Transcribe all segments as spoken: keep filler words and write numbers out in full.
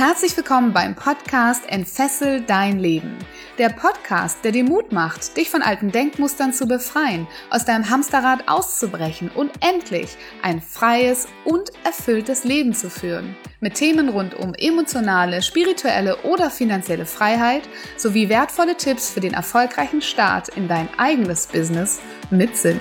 Herzlich willkommen beim Podcast Entfessel dein Leben. Der Podcast, der dir Mut macht, dich von alten Denkmustern zu befreien, aus deinem Hamsterrad auszubrechen und endlich ein freies und erfülltes Leben zu führen. Mit Themen rund um emotionale, spirituelle oder finanzielle Freiheit sowie wertvolle Tipps für den erfolgreichen Start in dein eigenes Business mit Sinn.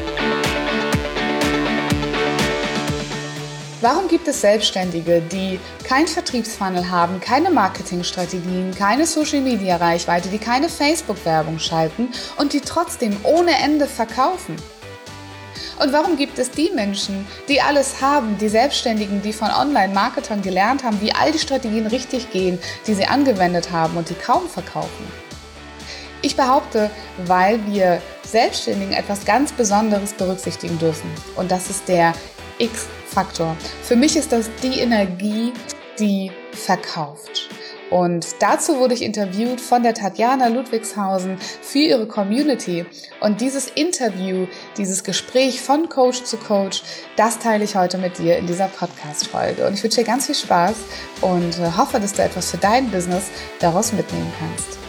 Warum gibt es Selbstständige, die keinen Vertriebsfunnel haben, keine Marketingstrategien, keine Social-Media-Reichweite, die keine Facebook-Werbung schalten und die trotzdem ohne Ende verkaufen? Und warum gibt es die Menschen, die alles haben, die Selbstständigen, die von Online-Marketern gelernt haben, wie all die Strategien richtig gehen, die sie angewendet haben und die kaum verkaufen? Ich behaupte, weil wir Selbstständigen etwas ganz Besonderes berücksichtigen dürfen. Und das ist der X-Faktor. Für mich ist das die Energie, die verkauft. Und dazu wurde ich interviewt von der Tatjana Ludwigshausen für ihre Community. Und dieses Interview, dieses Gespräch von Coach zu Coach, das teile ich heute mit dir in dieser Podcast-Folge. Und ich wünsche dir ganz viel Spaß und hoffe, dass du etwas für dein Business daraus mitnehmen kannst.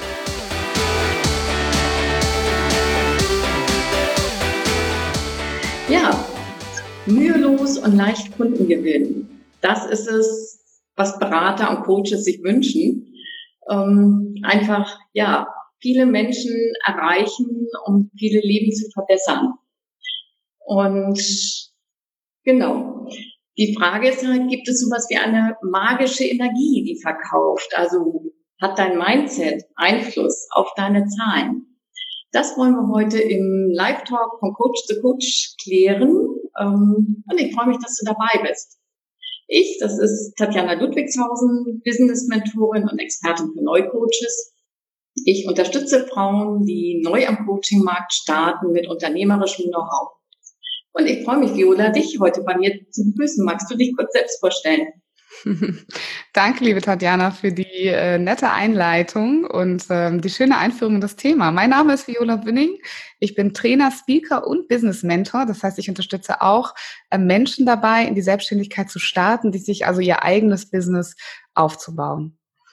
Ja, mühelos und leicht Kunden gewinnen. Das ist es, was Berater und Coaches sich wünschen. Ähm, einfach, ja, viele Menschen erreichen, um viele Leben zu verbessern. Und genau, die Frage ist halt, gibt es sowas wie eine magische Energie, die verkauft? Also hat dein Mindset Einfluss auf deine Zahlen? Das wollen wir heute im Live-Talk von Coach zu Coach klären. Und ich freue mich, dass du dabei bist. Ich, das ist Tatjana Ludwigshausen, Business-Mentorin und Expertin für Neucoaches. Ich unterstütze Frauen, die neu am Coaching-Markt starten mit unternehmerischem Know-how. Und ich freue mich, Viola, dich heute bei mir zu begrüßen. Magst du dich kurz selbst vorstellen? Danke, liebe Tatjana, für die äh, nette Einleitung und ähm, die schöne Einführung in das Thema. Mein Name ist Viola Wünning. Ich bin Trainer, Speaker und Business Mentor. Das heißt, ich unterstütze auch äh, Menschen dabei, in die Selbstständigkeit zu starten, die sich also ihr eigenes Business aufzubauen.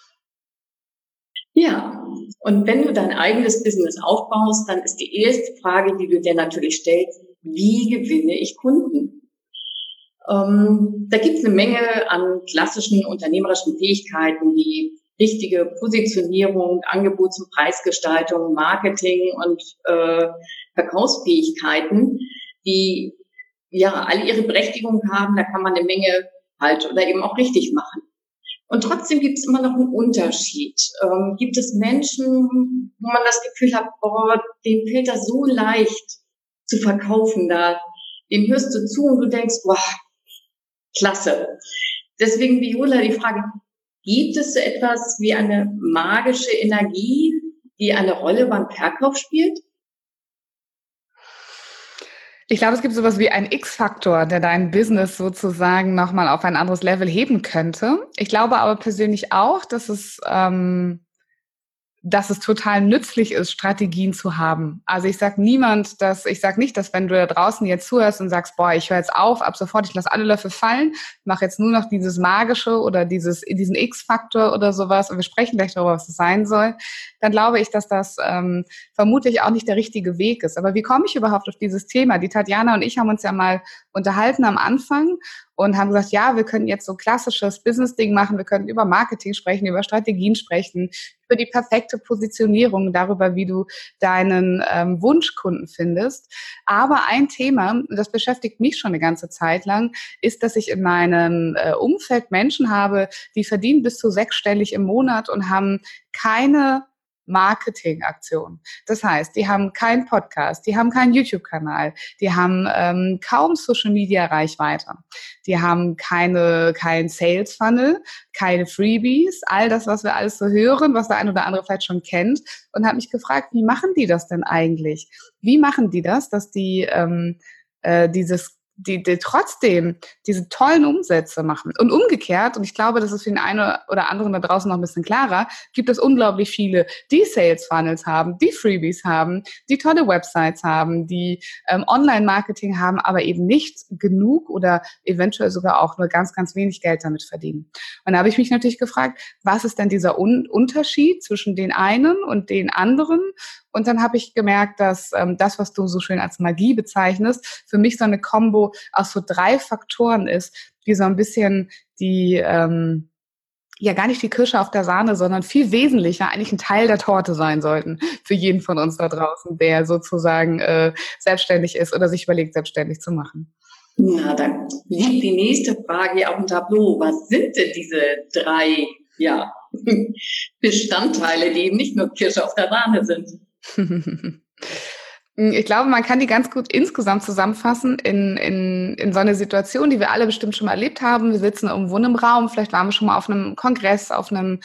Ja, und wenn du dein eigenes Business aufbaust, dann ist die erste Frage, die du dir natürlich stellst, wie gewinne ich Kunden? Ähm, da gibt es eine Menge an klassischen unternehmerischen Fähigkeiten wie richtige Positionierung, Angebots- und Preisgestaltung, Marketing und äh, Verkaufsfähigkeiten, die ja alle ihre Berechtigung haben. Da kann man eine Menge falsch oder eben auch richtig machen. Und trotzdem gibt es immer noch einen Unterschied. Ähm, gibt es Menschen, wo man das Gefühl hat, boah, denen fällt das so leicht zu verkaufen, da dem hörst du zu und du denkst, boah, klasse. Deswegen, Viola, die Frage, gibt es so etwas wie eine magische Energie, die eine Rolle beim Verkauf spielt? Ich glaube, es gibt sowas wie einen X-Faktor, der dein Business sozusagen nochmal auf ein anderes Level heben könnte. Ich glaube aber persönlich auch, dass es... Ähm dass es total nützlich ist, Strategien zu haben. Also ich sage niemand, dass ich sage nicht, dass wenn du da draußen jetzt zuhörst und sagst, boah, ich höre jetzt auf, ab sofort, ich lasse alle Löffel fallen, mache jetzt nur noch dieses Magische oder dieses diesen X-Faktor oder sowas und wir sprechen gleich darüber, was das sein soll, dann glaube ich, dass das ähm, vermutlich auch nicht der richtige Weg ist. Aber wie komme ich überhaupt auf dieses Thema? Die Tatjana und ich haben uns ja mal unterhalten am Anfang und haben gesagt, ja, wir können jetzt so ein klassisches Business-Ding machen, wir können über Marketing sprechen, über Strategien sprechen, über die perfekte Positionierung, darüber, wie du deinen ähm, Wunschkunden findest. Aber ein Thema, das beschäftigt mich schon eine ganze Zeit lang, ist, dass ich in meinem äh, Umfeld Menschen habe, die verdienen bis zu sechsstellig im Monat und haben keine Marketingaktion. Das heißt, die haben keinen Podcast, die haben keinen YouTube-Kanal, die haben ähm, kaum Social-Media-Reichweite, die haben keine kein Sales-Funnel, keine Freebies, all das, was wir alles so hören, was der ein oder andere vielleicht schon kennt, und habe mich gefragt, wie machen die das denn eigentlich? Wie machen die das, dass die ähm, äh, dieses die, die trotzdem diese tollen Umsätze machen. Und umgekehrt, und ich glaube, das ist für den einen oder anderen da draußen noch ein bisschen klarer, gibt es unglaublich viele, die Sales Funnels haben, die Freebies haben, die tolle Websites haben, die ähm, Online-Marketing haben, aber eben nicht genug oder eventuell sogar auch nur ganz, ganz wenig Geld damit verdienen. Und da habe ich mich natürlich gefragt, was ist denn dieser Un- Unterschied zwischen den einen und den anderen? Und dann habe ich gemerkt, dass ähm, das, was du so schön als Magie bezeichnest, für mich so eine Kombo aus so drei Faktoren ist, die so ein bisschen die, ähm, ja gar nicht die Kirsche auf der Sahne, sondern viel wesentlicher eigentlich ein Teil der Torte sein sollten für jeden von uns da draußen, der sozusagen äh, selbstständig ist oder sich überlegt, selbstständig zu machen. Na, dann liegt die nächste Frage ja auf dem Tableau. Was sind denn diese drei ja, Bestandteile, die eben nicht nur Kirsche auf der Sahne sind? Ich glaube, man kann die ganz gut insgesamt zusammenfassen in, in, in so eine Situation, die wir alle bestimmt schon mal erlebt haben. Wir sitzen irgendwo in einem Raum, vielleicht waren wir schon mal auf einem Kongress, auf einem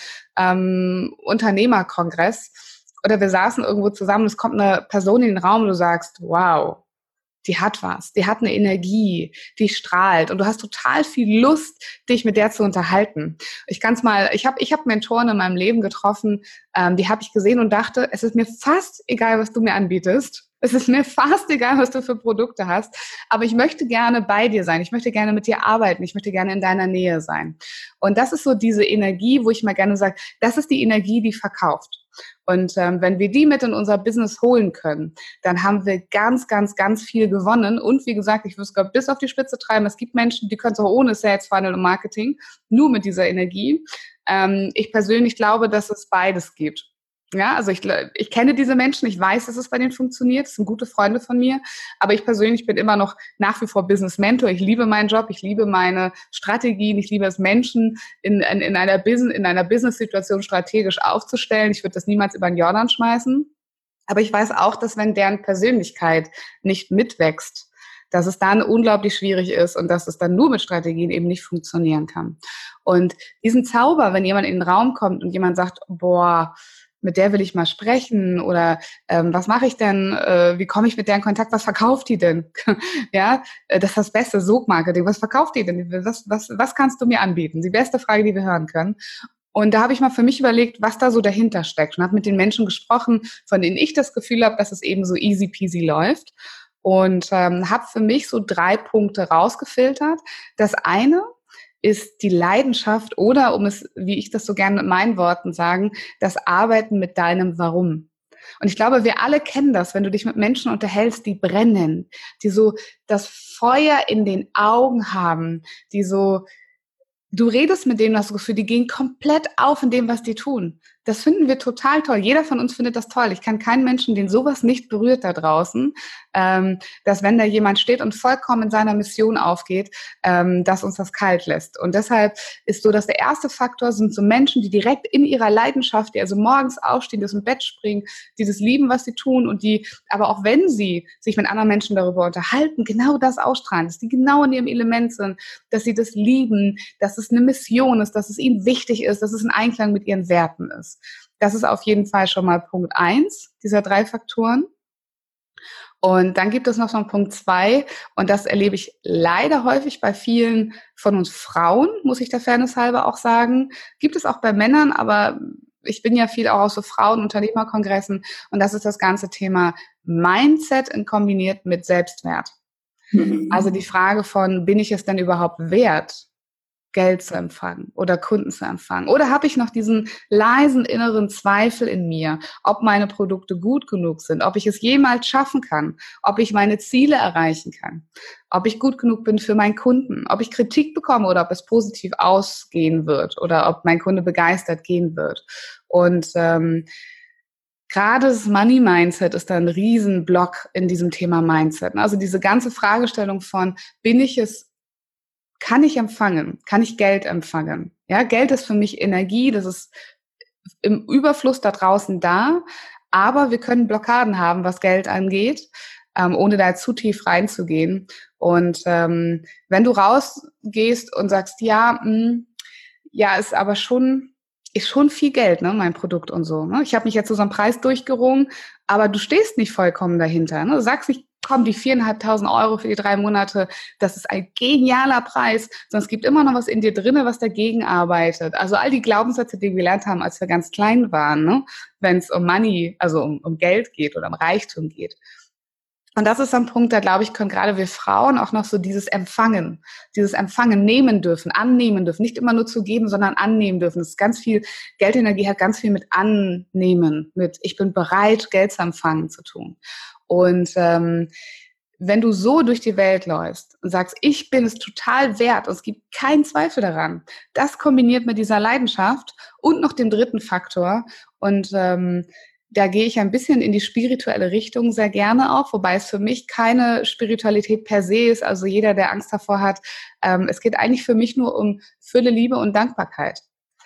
ähm, Unternehmerkongress oder wir saßen irgendwo zusammen, es kommt eine Person in den Raum und du sagst, wow, die hat was, die hat eine Energie, die strahlt und du hast total viel Lust, dich mit der zu unterhalten. Ich kann's mal, ich habe ich hab Mentoren in meinem Leben getroffen, ähm, die habe ich gesehen und dachte, es ist mir fast egal, was du mir anbietest. Es ist mir fast egal, was du für Produkte hast, aber ich möchte gerne bei dir sein, ich möchte gerne mit dir arbeiten, ich möchte gerne in deiner Nähe sein. Und das ist so diese Energie, wo ich mal gerne sage, das ist die Energie, die verkauft. Und ähm, wenn wir die mit in unser Business holen können, dann haben wir ganz, ganz, ganz viel gewonnen. Und wie gesagt, ich würde es bis auf die Spitze treiben. Es gibt Menschen, die können es auch ohne Sales Funnel und Marketing, nur mit dieser Energie. Ähm, ich persönlich glaube, dass es beides gibt. Ja, also ich, ich kenne diese Menschen, ich weiß, dass es bei denen funktioniert, das sind gute Freunde von mir, aber ich persönlich bin immer noch nach wie vor Business Mentor, ich liebe meinen Job, ich liebe meine Strategien, ich liebe es, Menschen in, in, in einer Business, in einer Business-Situation strategisch aufzustellen, ich würde das niemals über den Jordan schmeißen, aber ich weiß auch, dass wenn deren Persönlichkeit nicht mitwächst, dass es dann unglaublich schwierig ist und dass es dann nur mit Strategien eben nicht funktionieren kann. Und diesen Zauber, wenn jemand in den Raum kommt und jemand sagt, boah, mit der will ich mal sprechen oder ähm, was mache ich denn, äh, wie komme ich mit der in Kontakt, was verkauft die denn? Ja, das ist das beste Sogmarketing, was verkauft die denn? Was, was, was kannst du mir anbieten? Die beste Frage, die wir hören können. Und da habe ich mal für mich überlegt, was da so dahinter steckt und habe mit den Menschen gesprochen, von denen ich das Gefühl habe, dass es eben so easy peasy läuft und ähm, habe für mich so drei Punkte rausgefiltert. Das eine ist die Leidenschaft oder, um es, wie ich das so gerne mit meinen Worten sagen, das Arbeiten mit deinem Warum. Und ich glaube, wir alle kennen das, wenn du dich mit Menschen unterhältst, die brennen, die so das Feuer in den Augen haben, die so, du redest mit denen, hast du das Gefühl, die gehen komplett auf in dem, was die tun. Das finden wir total toll. Jeder von uns findet das toll. Ich kann keinen Menschen, den sowas nicht berührt da draußen, ähm, dass wenn da jemand steht und vollkommen in seiner Mission aufgeht, ähm, dass uns das kalt lässt. Und deshalb ist so, dass der erste Faktor sind so Menschen, die direkt in ihrer Leidenschaft, die also morgens aufstehen, die aus dem Bett springen, die das lieben, was sie tun und die, aber auch wenn sie sich mit anderen Menschen darüber unterhalten, genau das ausstrahlen, dass die genau in ihrem Element sind, dass sie das lieben, dass es eine Mission ist, dass es ihnen wichtig ist, dass es in Einklang mit ihren Werten ist. Das ist auf jeden Fall schon mal Punkt eins dieser drei Faktoren. Und dann gibt es noch so einen Punkt zwei, und das erlebe ich leider häufig bei vielen von uns Frauen, muss ich der Fairness halber auch sagen. Gibt es auch bei Männern, aber ich bin ja viel auch aus so Frauen-Unternehmerkongressen, und das ist das ganze Thema Mindset in kombiniert mit Selbstwert. Mhm. Also die Frage von, bin ich es denn überhaupt wert, Geld zu empfangen oder Kunden zu empfangen? Oder habe ich noch diesen leisen inneren Zweifel in mir, ob meine Produkte gut genug sind, ob ich es jemals schaffen kann, ob ich meine Ziele erreichen kann, ob ich gut genug bin für meinen Kunden, ob ich Kritik bekomme oder ob es positiv ausgehen wird oder ob mein Kunde begeistert gehen wird. Und ähm, gerade das Money-Mindset ist da ein Riesenblock in diesem Thema Mindset. Also diese ganze Fragestellung von, bin ich es Kann ich empfangen? Kann ich Geld empfangen? Ja, Geld ist für mich Energie, das ist im Überfluss da draußen da, aber wir können Blockaden haben, was Geld angeht, ähm, ohne da zu tief reinzugehen. Und ähm, wenn du rausgehst und sagst, ja, mh, ja, ist aber schon, ist schon viel Geld, ne, mein Produkt und so. Ne? Ich habe mich jetzt zu so einem Preis durchgerungen, aber du stehst nicht vollkommen dahinter. Ne? Du sagst nicht, komm, die viereinhalbtausend Euro für die drei Monate, das ist ein genialer Preis, sondern es gibt immer noch was in dir drinne, was dagegen arbeitet. Also all die Glaubenssätze, die wir gelernt haben, als wir ganz klein waren, ne? Wenn es um Money, also um, um Geld geht oder um Reichtum geht. Und das ist ein Punkt, da glaube ich, können gerade wir Frauen auch noch so dieses Empfangen, dieses Empfangen nehmen dürfen, annehmen dürfen, nicht immer nur zu geben, sondern annehmen dürfen. Das ist ganz viel, Geldenergie hat ganz viel mit annehmen, mit ich bin bereit, Geld zu empfangen zu tun. Und ähm, wenn du so durch die Welt läufst und sagst, ich bin es total wert und es gibt keinen Zweifel daran, das kombiniert mit dieser Leidenschaft und noch dem dritten Faktor und ähm, da gehe ich ein bisschen in die spirituelle Richtung sehr gerne auch, wobei es für mich keine Spiritualität per se ist. Also jeder, der Angst davor hat, ähm, es geht eigentlich für mich nur um Fülle, Liebe und Dankbarkeit.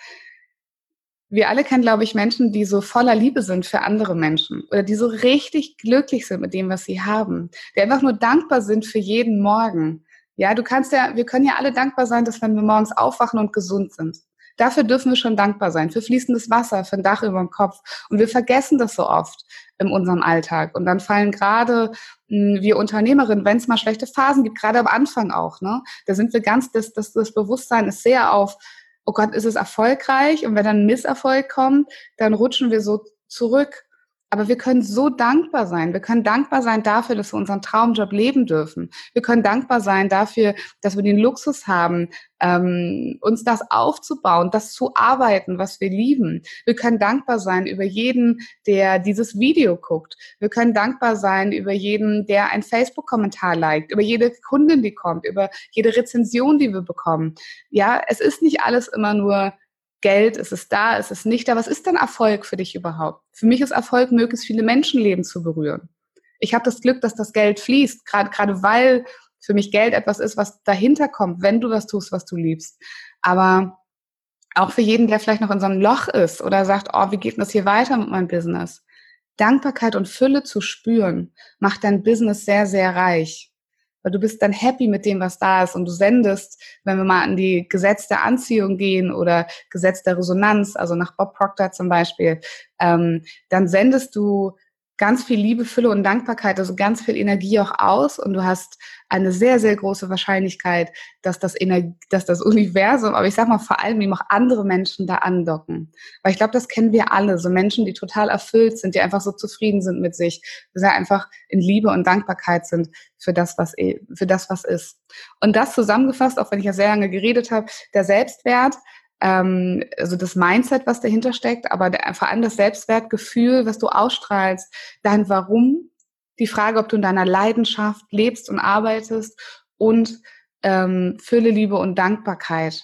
Wir alle kennen, glaube ich, Menschen, die so voller Liebe sind für andere Menschen oder die so richtig glücklich sind mit dem, was sie haben, die einfach nur dankbar sind für jeden Morgen. Ja, du kannst ja, wir können ja alle dankbar sein, dass wenn wir morgens aufwachen und gesund sind. Dafür dürfen wir schon dankbar sein, für fließendes Wasser, für ein Dach über dem Kopf. Und wir vergessen das so oft in unserem Alltag. Und dann fallen gerade mh, wir Unternehmerinnen, wenn es mal schlechte Phasen gibt, gerade am Anfang auch, ne, da sind wir ganz, das, das, das Bewusstsein ist sehr auf, oh Gott, ist es erfolgreich? Und wenn dann ein Misserfolg kommt, dann rutschen wir so zurück. Aber wir können so dankbar sein. Wir können dankbar sein dafür, dass wir unseren Traumjob leben dürfen. Wir können dankbar sein dafür, dass wir den Luxus haben, ähm, uns das aufzubauen, das zu arbeiten, was wir lieben. Wir können dankbar sein über jeden, der dieses Video guckt. Wir können dankbar sein über jeden, der einen Facebook-Kommentar liked, über jede Kundin, die kommt, über jede Rezension, die wir bekommen. Ja, es ist nicht alles immer nur Geld, ist es da, ist es nicht da. Was ist denn Erfolg für dich überhaupt? Für mich ist Erfolg, möglichst viele Menschenleben zu berühren. Ich habe das Glück, dass das Geld fließt, gerade gerade weil für mich Geld etwas ist, was dahinter kommt, wenn du was tust, was du liebst. Aber auch für jeden, der vielleicht noch in so einem Loch ist oder sagt, oh, wie geht denn das hier weiter mit meinem Business? Dankbarkeit und Fülle zu spüren, macht dein Business sehr, sehr reich. Weil du bist dann happy mit dem, was da ist und du sendest, wenn wir mal an die Gesetz der Anziehung gehen oder Gesetz der Resonanz, also nach Bob Proctor zum Beispiel, ähm, dann sendest du ganz viel Liebe, Fülle und Dankbarkeit, also ganz viel Energie auch aus und du hast eine sehr, sehr große Wahrscheinlichkeit, dass das, Ener- dass das Universum, aber ich sag mal vor allem eben auch andere Menschen da andocken. Weil ich glaube, das kennen wir alle, so Menschen, die total erfüllt sind, die einfach so zufrieden sind mit sich, die einfach in Liebe und Dankbarkeit sind für das, was, für das, was ist. Und das zusammengefasst, auch wenn ich ja sehr lange geredet habe, der Selbstwert, ähm, also das Mindset, was dahinter steckt, aber der, vor allem das Selbstwertgefühl, was du ausstrahlst, dein Warum, die Frage, ob du in deiner Leidenschaft lebst und arbeitest und ähm, Fülle, Liebe und Dankbarkeit.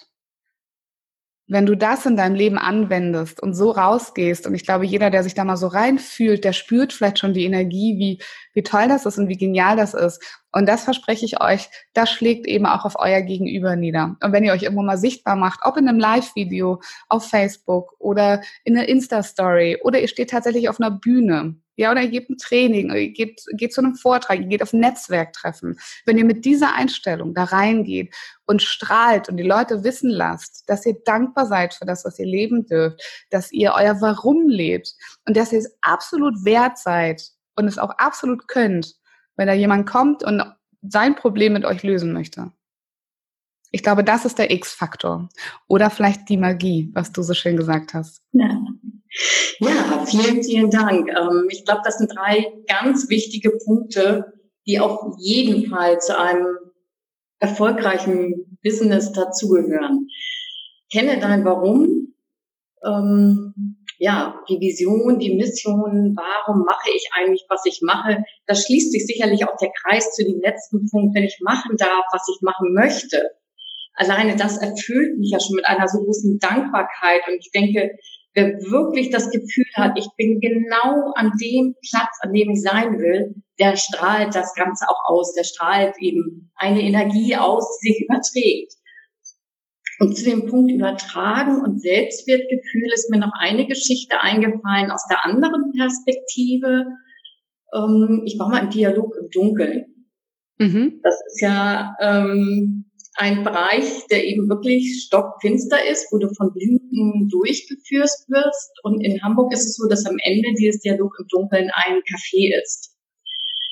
Wenn du das in deinem Leben anwendest und so rausgehst, und ich glaube, jeder, der sich da mal so reinfühlt, der spürt vielleicht schon die Energie, wie, wie toll das ist und wie genial das ist. Und das verspreche ich euch, das schlägt eben auch auf euer Gegenüber nieder. Und wenn ihr euch irgendwo mal sichtbar macht, ob in einem Live-Video auf Facebook oder in einer Insta-Story oder ihr steht tatsächlich auf einer Bühne, ja, oder ihr gebt ein Training, oder ihr geht, geht zu einem Vortrag, ihr geht auf ein Netzwerktreffen. Wenn ihr mit dieser Einstellung da reingeht und strahlt und die Leute wissen lasst, dass ihr dankbar seid für das, was ihr leben dürft, dass ihr euer Warum lebt und dass ihr es absolut wert seid und es auch absolut könnt, wenn da jemand kommt und sein Problem mit euch lösen möchte. Ich glaube, das ist der X-Faktor. Oder vielleicht die Magie, was du so schön gesagt hast. Ja, ja, vielen, vielen Dank. Ich glaube, das sind drei ganz wichtige Punkte, die auf jeden Fall zu einem erfolgreichen Business dazugehören. Kenne dein Warum, ähm, ja, die Vision, die Mission, warum mache ich eigentlich, was ich mache? Da schließt sich sicherlich auch der Kreis zu dem letzten Punkt, wenn ich machen darf, was ich machen möchte. Alleine das erfüllt mich ja schon mit einer so großen Dankbarkeit. Und ich denke, wer wirklich das Gefühl hat, ich bin genau an dem Platz, an dem ich sein will, der strahlt das Ganze auch aus. Der strahlt eben eine Energie aus, die sich überträgt. Und zu dem Punkt Übertragen und Selbstwertgefühl ist mir noch eine Geschichte eingefallen aus der anderen Perspektive. Ich war mal im Dialog im Dunkeln. Mhm. Das ist ja ähm, ein Bereich, der eben wirklich stockfinster ist, wo du von Blinden durchgeführt wirst. Und in Hamburg ist es so, dass am Ende dieses Dialog im Dunkeln ein Café ist.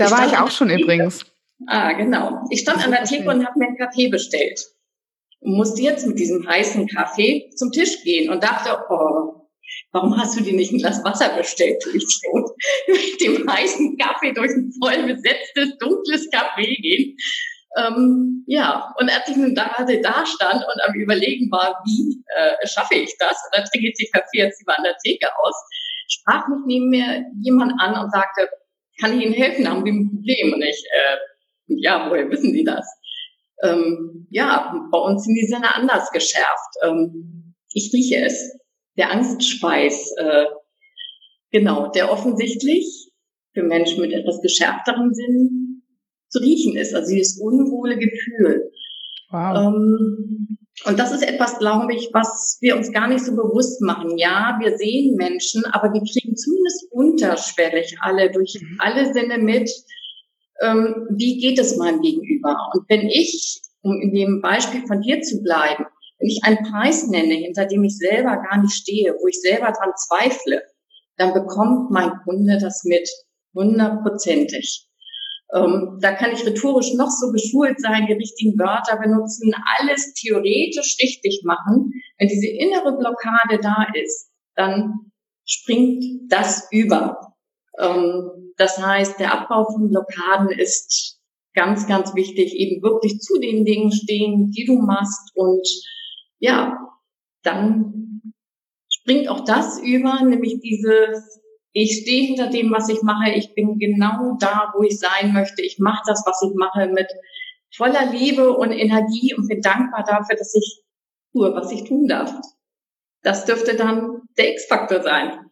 Da Ich war stand ich an auch der schon Theke. übrigens. Ah, genau. Ich stand an der Theke und habe mir einen Kaffee bestellt und musste jetzt mit diesem heißen Kaffee zum Tisch gehen und dachte, oh, warum hast du dir nicht ein Glas Wasser bestellt? Ich so mit dem heißen Kaffee durch ein voll besetztes, dunkles Café gehen. Ähm, ja, und als ich nun da, da stand und am Überlegen war, wie äh, schaffe ich das, und dann trinke ich den Kaffee jetzt lieber an der Theke aus, sprach mich neben mir jemand an und sagte, kann ich Ihnen helfen, haben Sie ein Problem? Und ich, äh, ja, woher wissen Sie das? Ähm, ja, bei uns sind die Sinne anders geschärft. Ähm, ich rieche es. Der Angstschweiß, äh, genau, der offensichtlich für Menschen mit etwas geschärfteren Sinnen zu riechen ist, also dieses unwohle Gefühl. Wow. Ähm, und das ist etwas, glaube ich, was wir uns gar nicht so bewusst machen. Ja, wir sehen Menschen, aber wir kriegen zumindest unterschwellig alle durch alle Sinne mit, ähm, wie geht es meinem Gegenüber? Und wenn ich, um in dem Beispiel von dir zu bleiben, wenn ich einen Preis nenne, hinter dem ich selber gar nicht stehe, wo ich selber dran zweifle, dann bekommt mein Kunde das mit, hundertprozentig. Ähm, da kann ich rhetorisch noch so geschult sein, die richtigen Wörter benutzen, alles theoretisch richtig machen. Wenn diese innere Blockade da ist, dann springt das über. Ähm, das heißt, der Abbau von Blockaden ist ganz, ganz wichtig, eben wirklich zu den Dingen stehen, die du machst, und ja, dann springt auch das über, nämlich dieses, ich stehe hinter dem, was ich mache, ich bin genau da, wo ich sein möchte, ich mache das, was ich mache, mit voller Liebe und Energie und bin dankbar dafür, dass ich tue, was ich tun darf. Das dürfte dann der X-Faktor sein.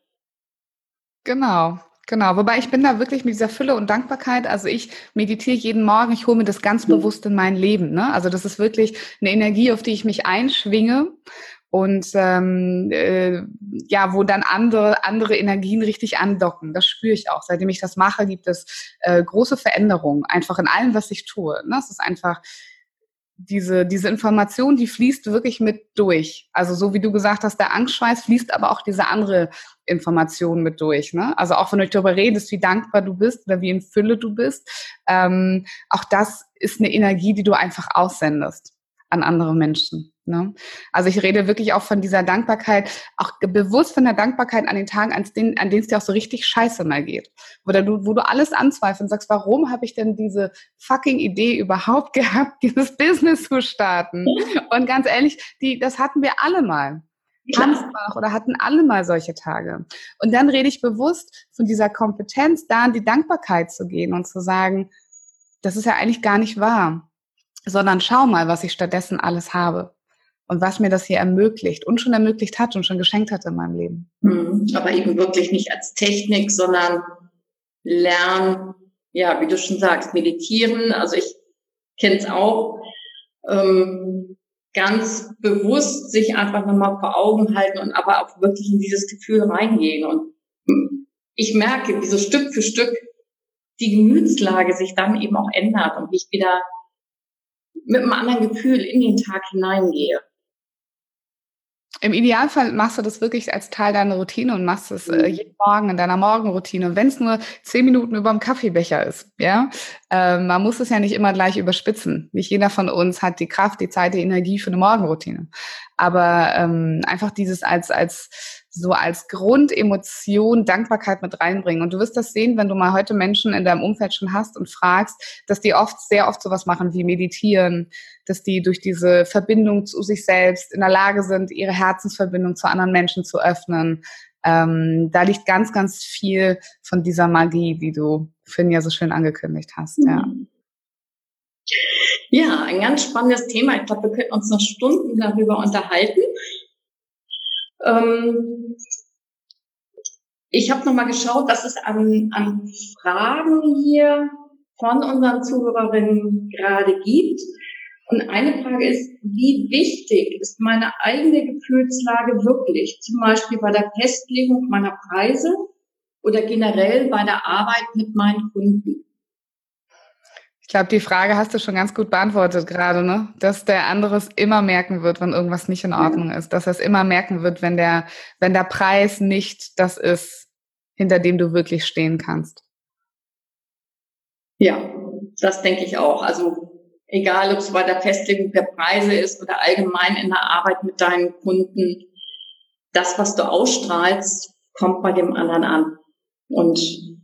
Genau, genau. Wobei ich bin da wirklich mit dieser Fülle und Dankbarkeit, also ich meditiere jeden Morgen, ich hole mir das ganz bewusst in mein Leben, ne? Also das ist wirklich eine Energie, auf die ich mich einschwinge und ähm, äh, ja, wo dann andere andere Energien richtig andocken. Das spüre ich auch. Seitdem ich das mache, gibt es äh, große Veränderungen, einfach in allem, was ich tue, ne? Es ist einfach diese, diese Information, die fließt wirklich mit durch. Also so wie du gesagt hast, der Angstschweiß fließt aber auch diese andere Information mit durch. Ne? Also auch wenn du darüber redest, wie dankbar du bist oder wie in Fülle du bist, ähm, auch das ist eine Energie, die du einfach aussendest an andere Menschen. Ne? Also ich rede wirklich auch von dieser Dankbarkeit, auch bewusst von der Dankbarkeit an den Tagen, an denen, an denen es dir auch so richtig scheiße mal geht. Oder du, wo du alles anzweifelst und sagst, warum habe ich denn diese fucking Idee überhaupt gehabt, dieses Business zu starten? Und ganz ehrlich, die, das hatten wir alle mal. Haben es auch oder hatten alle mal solche Tage. Und dann rede ich bewusst von dieser Kompetenz, da in die Dankbarkeit zu gehen und zu sagen, das ist ja eigentlich gar nicht wahr, sondern schau mal, was ich stattdessen alles habe und was mir das hier ermöglicht und schon ermöglicht hat und schon geschenkt hat in meinem Leben. Hm, aber eben wirklich nicht als Technik, sondern lernen, ja, wie du schon sagst, meditieren. Also ich kenne es auch, ähm, ganz bewusst sich einfach nochmal vor Augen halten und aber auch wirklich in dieses Gefühl reingehen. Und ich merke, wie so Stück für Stück die Gemütslage sich dann eben auch ändert und ich wieder mit einem anderen Gefühl in den Tag hineingehe. Im Idealfall machst du das wirklich als Teil deiner Routine und machst es äh, jeden Morgen in deiner Morgenroutine, wenn es nur zehn Minuten über dem Kaffeebecher ist. Ja, ähm, man muss es ja nicht immer gleich überspitzen. Nicht jeder von uns hat die Kraft, die Zeit, die Energie für eine Morgenroutine. Aber ähm, einfach dieses als als so als Grundemotion Dankbarkeit mit reinbringen. Und du wirst das sehen, wenn du mal heute Menschen in deinem Umfeld schon hast und fragst, dass die oft, sehr oft sowas machen wie meditieren, dass die durch diese Verbindung zu sich selbst in der Lage sind, ihre Herzensverbindung zu anderen Menschen zu öffnen. Ähm, da liegt ganz, ganz viel von dieser Magie, die du, Finn, ja so schön angekündigt hast. Ja. Ja, ein ganz spannendes Thema. Ich glaube, wir könnten uns noch Stunden darüber unterhalten. Ähm, ich habe nochmal geschaut, was es an, an Fragen hier von unseren Zuhörerinnen gerade gibt. Und eine Frage ist, wie wichtig ist meine eigene Gefühlslage wirklich? Zum Beispiel bei der Festlegung meiner Preise oder generell bei der Arbeit mit meinen Kunden? Ich glaube, die Frage hast du schon ganz gut beantwortet gerade, ne? Dass der andere es immer merken wird, wenn irgendwas nicht in Ordnung ist. Dass er es immer merken wird, wenn der, wenn der Preis nicht das ist, hinter dem du wirklich stehen kannst. Ja, das denke ich auch. Also egal, ob es bei der Festlegung der Preise ist oder allgemein in der Arbeit mit deinen Kunden, das, was du ausstrahlst, kommt bei dem anderen an. Und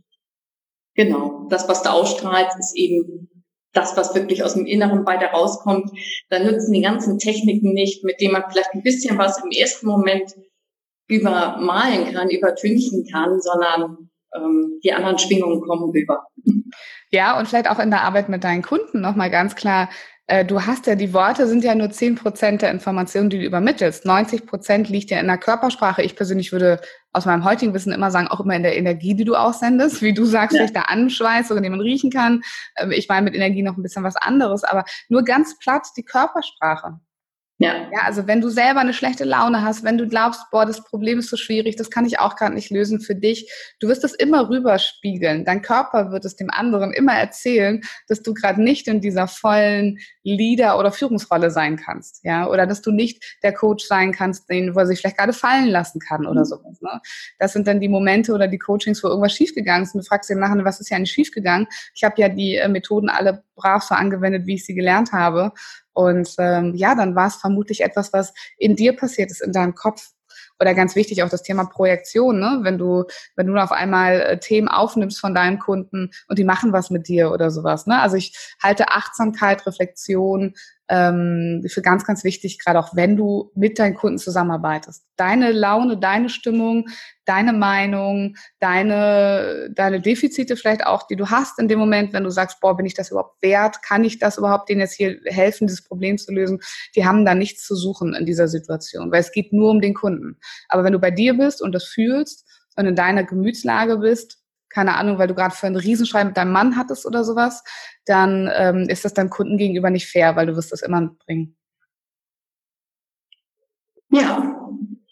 genau, das, was du ausstrahlst, ist eben das, was wirklich aus dem Inneren bei dir rauskommt. Da nützen die ganzen Techniken nicht, mit denen man vielleicht ein bisschen was im ersten Moment übermalen kann, übertünchen kann, sondern ähm, die anderen Schwingungen kommen rüber. Ja, und vielleicht auch in der Arbeit mit deinen Kunden nochmal ganz klar, äh, du hast ja, die Worte sind ja nur zehn Prozent der Informationen, die du übermittelst. neunzig Prozent liegt ja in der Körpersprache. Ich persönlich würde aus meinem heutigen Wissen immer sagen, auch immer in der Energie, die du aussendest. Wie du sagst, ja. Vielleicht der Anschweiß, den man riechen kann. Ähm, ich meine mit Energie noch ein bisschen was anderes, aber nur ganz platt die Körpersprache. Ja. Ja, also wenn du selber eine schlechte Laune hast, wenn du glaubst, boah, das Problem ist so schwierig, das kann ich auch gerade nicht lösen für dich, du wirst es immer rüberspiegeln. Dein Körper wird es dem anderen immer erzählen, dass du gerade nicht in dieser vollen Leader- oder Führungsrolle sein kannst, ja, oder dass du nicht der Coach sein kannst, den, wo er sich vielleicht gerade fallen lassen kann oder sowas. Ne? Das sind dann die Momente oder die Coachings, wo irgendwas schiefgegangen ist und du fragst dir nachher, was ist ja nicht schiefgegangen? Ich habe ja die äh, Methoden alle brav so angewendet, wie ich sie gelernt habe. Und ähm, ja, dann war es vermutlich etwas, was in dir passiert ist, in deinem Kopf. Oder ganz wichtig auch das Thema Projektion, ne? Wenn du, wenn du auf einmal äh, Themen aufnimmst von deinen Kunden und die machen was mit dir oder sowas, ne? Also ich halte Achtsamkeit, Reflexion ähm, für ganz, ganz wichtig, gerade auch wenn du mit deinen Kunden zusammenarbeitest. Deine Laune, deine Stimmung, deine Meinung, deine, deine Defizite vielleicht auch, die du hast in dem Moment, wenn du sagst, boah, bin ich das überhaupt wert? Kann ich das überhaupt denen jetzt hier helfen, dieses Problem zu lösen? Die haben da nichts zu suchen in dieser Situation, weil es geht nur um den Kunden. Aber wenn du bei dir bist und das fühlst und in deiner Gemütslage bist, keine Ahnung, weil du gerade für einen Riesenschrei mit deinem Mann hattest oder sowas, dann ähm, ist das deinem Kunden gegenüber nicht fair, weil du wirst das immer mitbringen. Ja,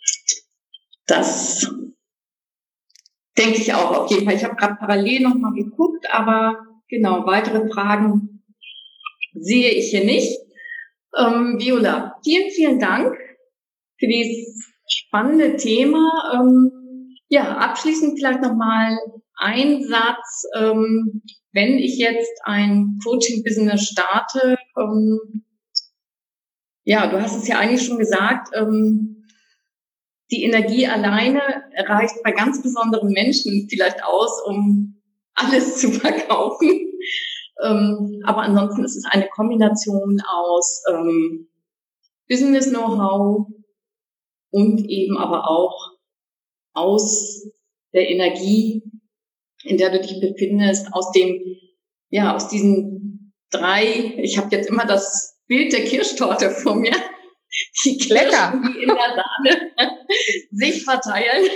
das denke ich auch auf jeden Fall. Ich habe gerade parallel nochmal geguckt, aber genau, weitere Fragen sehe ich hier nicht. Ähm, Viola, vielen, vielen Dank für dieses spannende Thema. Ähm, ja, abschließend vielleicht nochmal ein Satz. Ähm, wenn ich jetzt ein Coaching-Business starte, ähm, ja, du hast es ja eigentlich schon gesagt, ähm, die Energie alleine reicht bei ganz besonderen Menschen vielleicht aus, um alles zu verkaufen. Ähm, aber ansonsten ist es eine Kombination aus ähm, Business-Know-how und eben aber auch aus der Energie, in der du dich befindest, aus dem, ja, aus diesen drei, ich habe jetzt immer das Bild der Kirschtorte vor mir, die Kirschen, die in der Sahne sich verteilen.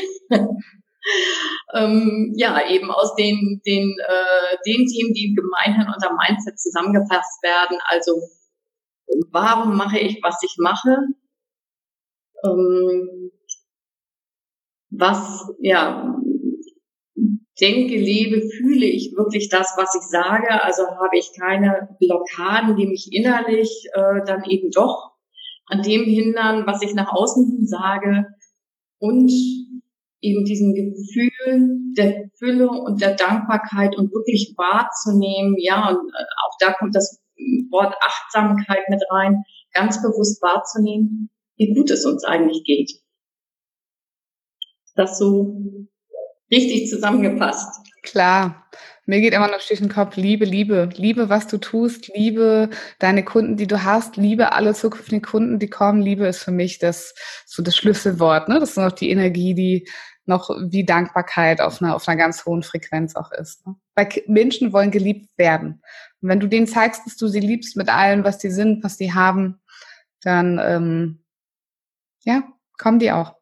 ähm, ja, eben aus den, den, äh, den Themen, die im Gemeinhin unter Mindset zusammengefasst werden. Also, warum mache ich, was ich mache? Ähm, was, ja, denke, lebe, fühle ich wirklich das, was ich sage? Also habe ich keine Blockaden, die mich innerlich äh, dann eben doch an dem hindern, was ich nach außen hin sage, und eben diesen Gefühl der Fülle und der Dankbarkeit und wirklich wahrzunehmen, ja, und auch da kommt das Wort Achtsamkeit mit rein, ganz bewusst wahrzunehmen, wie gut es uns eigentlich geht. Das so richtig zusammengepasst. Klar. Mir geht immer noch durch den Kopf, Liebe, Liebe. Liebe, was du tust. Liebe deine Kunden, die du hast. Liebe alle zukünftigen Kunden, die kommen. Liebe ist für mich das, so das Schlüsselwort, ne? Das ist noch die Energie, die noch wie Dankbarkeit auf einer, auf einer ganz hohen Frequenz auch ist. Ne? Weil Menschen wollen geliebt werden. Und wenn du denen zeigst, dass du sie liebst mit allem, was die sind, was die haben, dann, ähm, ja, kommen die auch.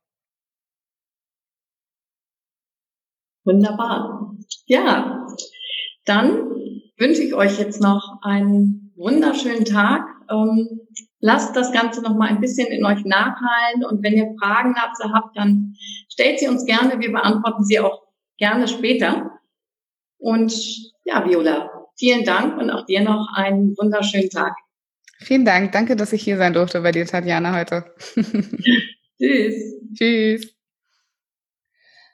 Wunderbar. Ja, dann wünsche ich euch jetzt noch einen wunderschönen Tag. Ähm, lasst das Ganze noch mal ein bisschen in euch nachhallen, und wenn ihr Fragen dazu habt, dann stellt sie uns gerne. Wir beantworten sie auch gerne später. Und ja, Viola, vielen Dank und auch dir noch einen wunderschönen Tag. Vielen Dank. Danke, dass ich hier sein durfte bei dir, Tatjana, heute. Tschüss. Tschüss.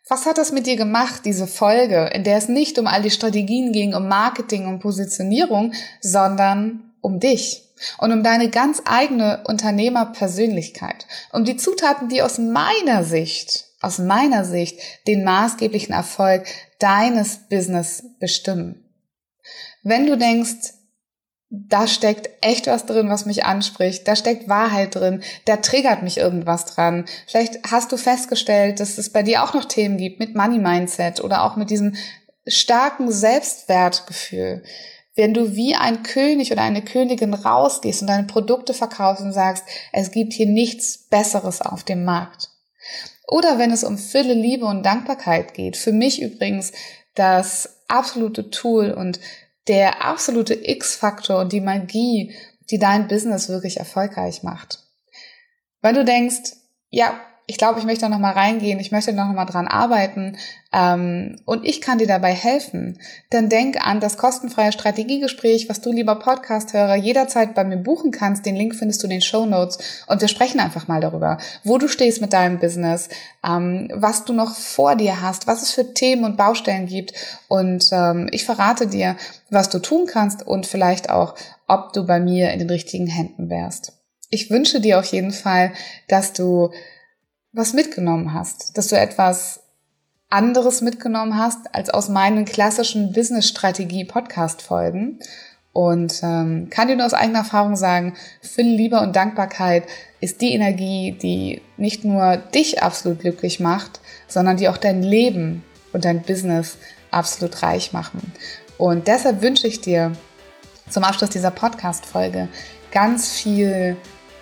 Was hat das mit dir gemacht, diese Folge, in der es nicht um all die Strategien ging, um Marketing, um Positionierung, sondern um dich und um deine ganz eigene Unternehmerpersönlichkeit, um die Zutaten, die aus meiner Sicht, aus meiner Sicht den maßgeblichen Erfolg deines Business bestimmen. Wenn du denkst, da steckt echt was drin, was mich anspricht, da steckt Wahrheit drin, da triggert mich irgendwas dran. Vielleicht hast du festgestellt, dass es bei dir auch noch Themen gibt mit Money Mindset oder auch mit diesem starken Selbstwertgefühl. Wenn du wie ein König oder eine Königin rausgehst und deine Produkte verkaufst und sagst, es gibt hier nichts Besseres auf dem Markt. Oder wenn es um Fülle, Liebe und Dankbarkeit geht. Für mich übrigens das absolute Tool und der absolute X-Faktor und die Magie, die dein Business wirklich erfolgreich macht. Wenn du denkst, ja, ich glaube, ich möchte da nochmal reingehen, ich möchte da nochmal dran arbeiten ähm, und ich kann dir dabei helfen, dann denk an das kostenfreie Strategiegespräch, was du, lieber Podcast-Hörer, jederzeit bei mir buchen kannst. Den Link findest du in den Shownotes und wir sprechen einfach mal darüber, wo du stehst mit deinem Business, ähm, was du noch vor dir hast, was es für Themen und Baustellen gibt und ähm, ich verrate dir, was du tun kannst und vielleicht auch, ob du bei mir in den richtigen Händen wärst. Ich wünsche dir auf jeden Fall, dass du was mitgenommen hast, dass du etwas anderes mitgenommen hast als aus meinen klassischen Business-Strategie-Podcast-Folgen und ähm, kann dir nur aus eigener Erfahrung sagen, Fülle, Liebe und Dankbarkeit ist die Energie, die nicht nur dich absolut glücklich macht, sondern die auch dein Leben und dein Business absolut reich machen. Und deshalb wünsche ich dir zum Abschluss dieser Podcast-Folge ganz viel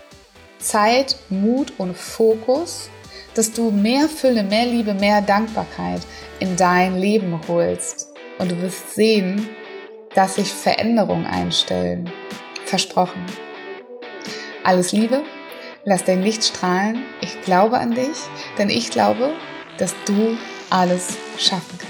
Zeit, Mut und Fokus, dass du mehr Fülle, mehr Liebe, mehr Dankbarkeit in dein Leben holst. Und du wirst sehen, dass sich Veränderungen einstellen. Versprochen. Alles Liebe, lass dein Licht strahlen. Ich glaube an dich, denn ich glaube, dass du alles schaffen kannst.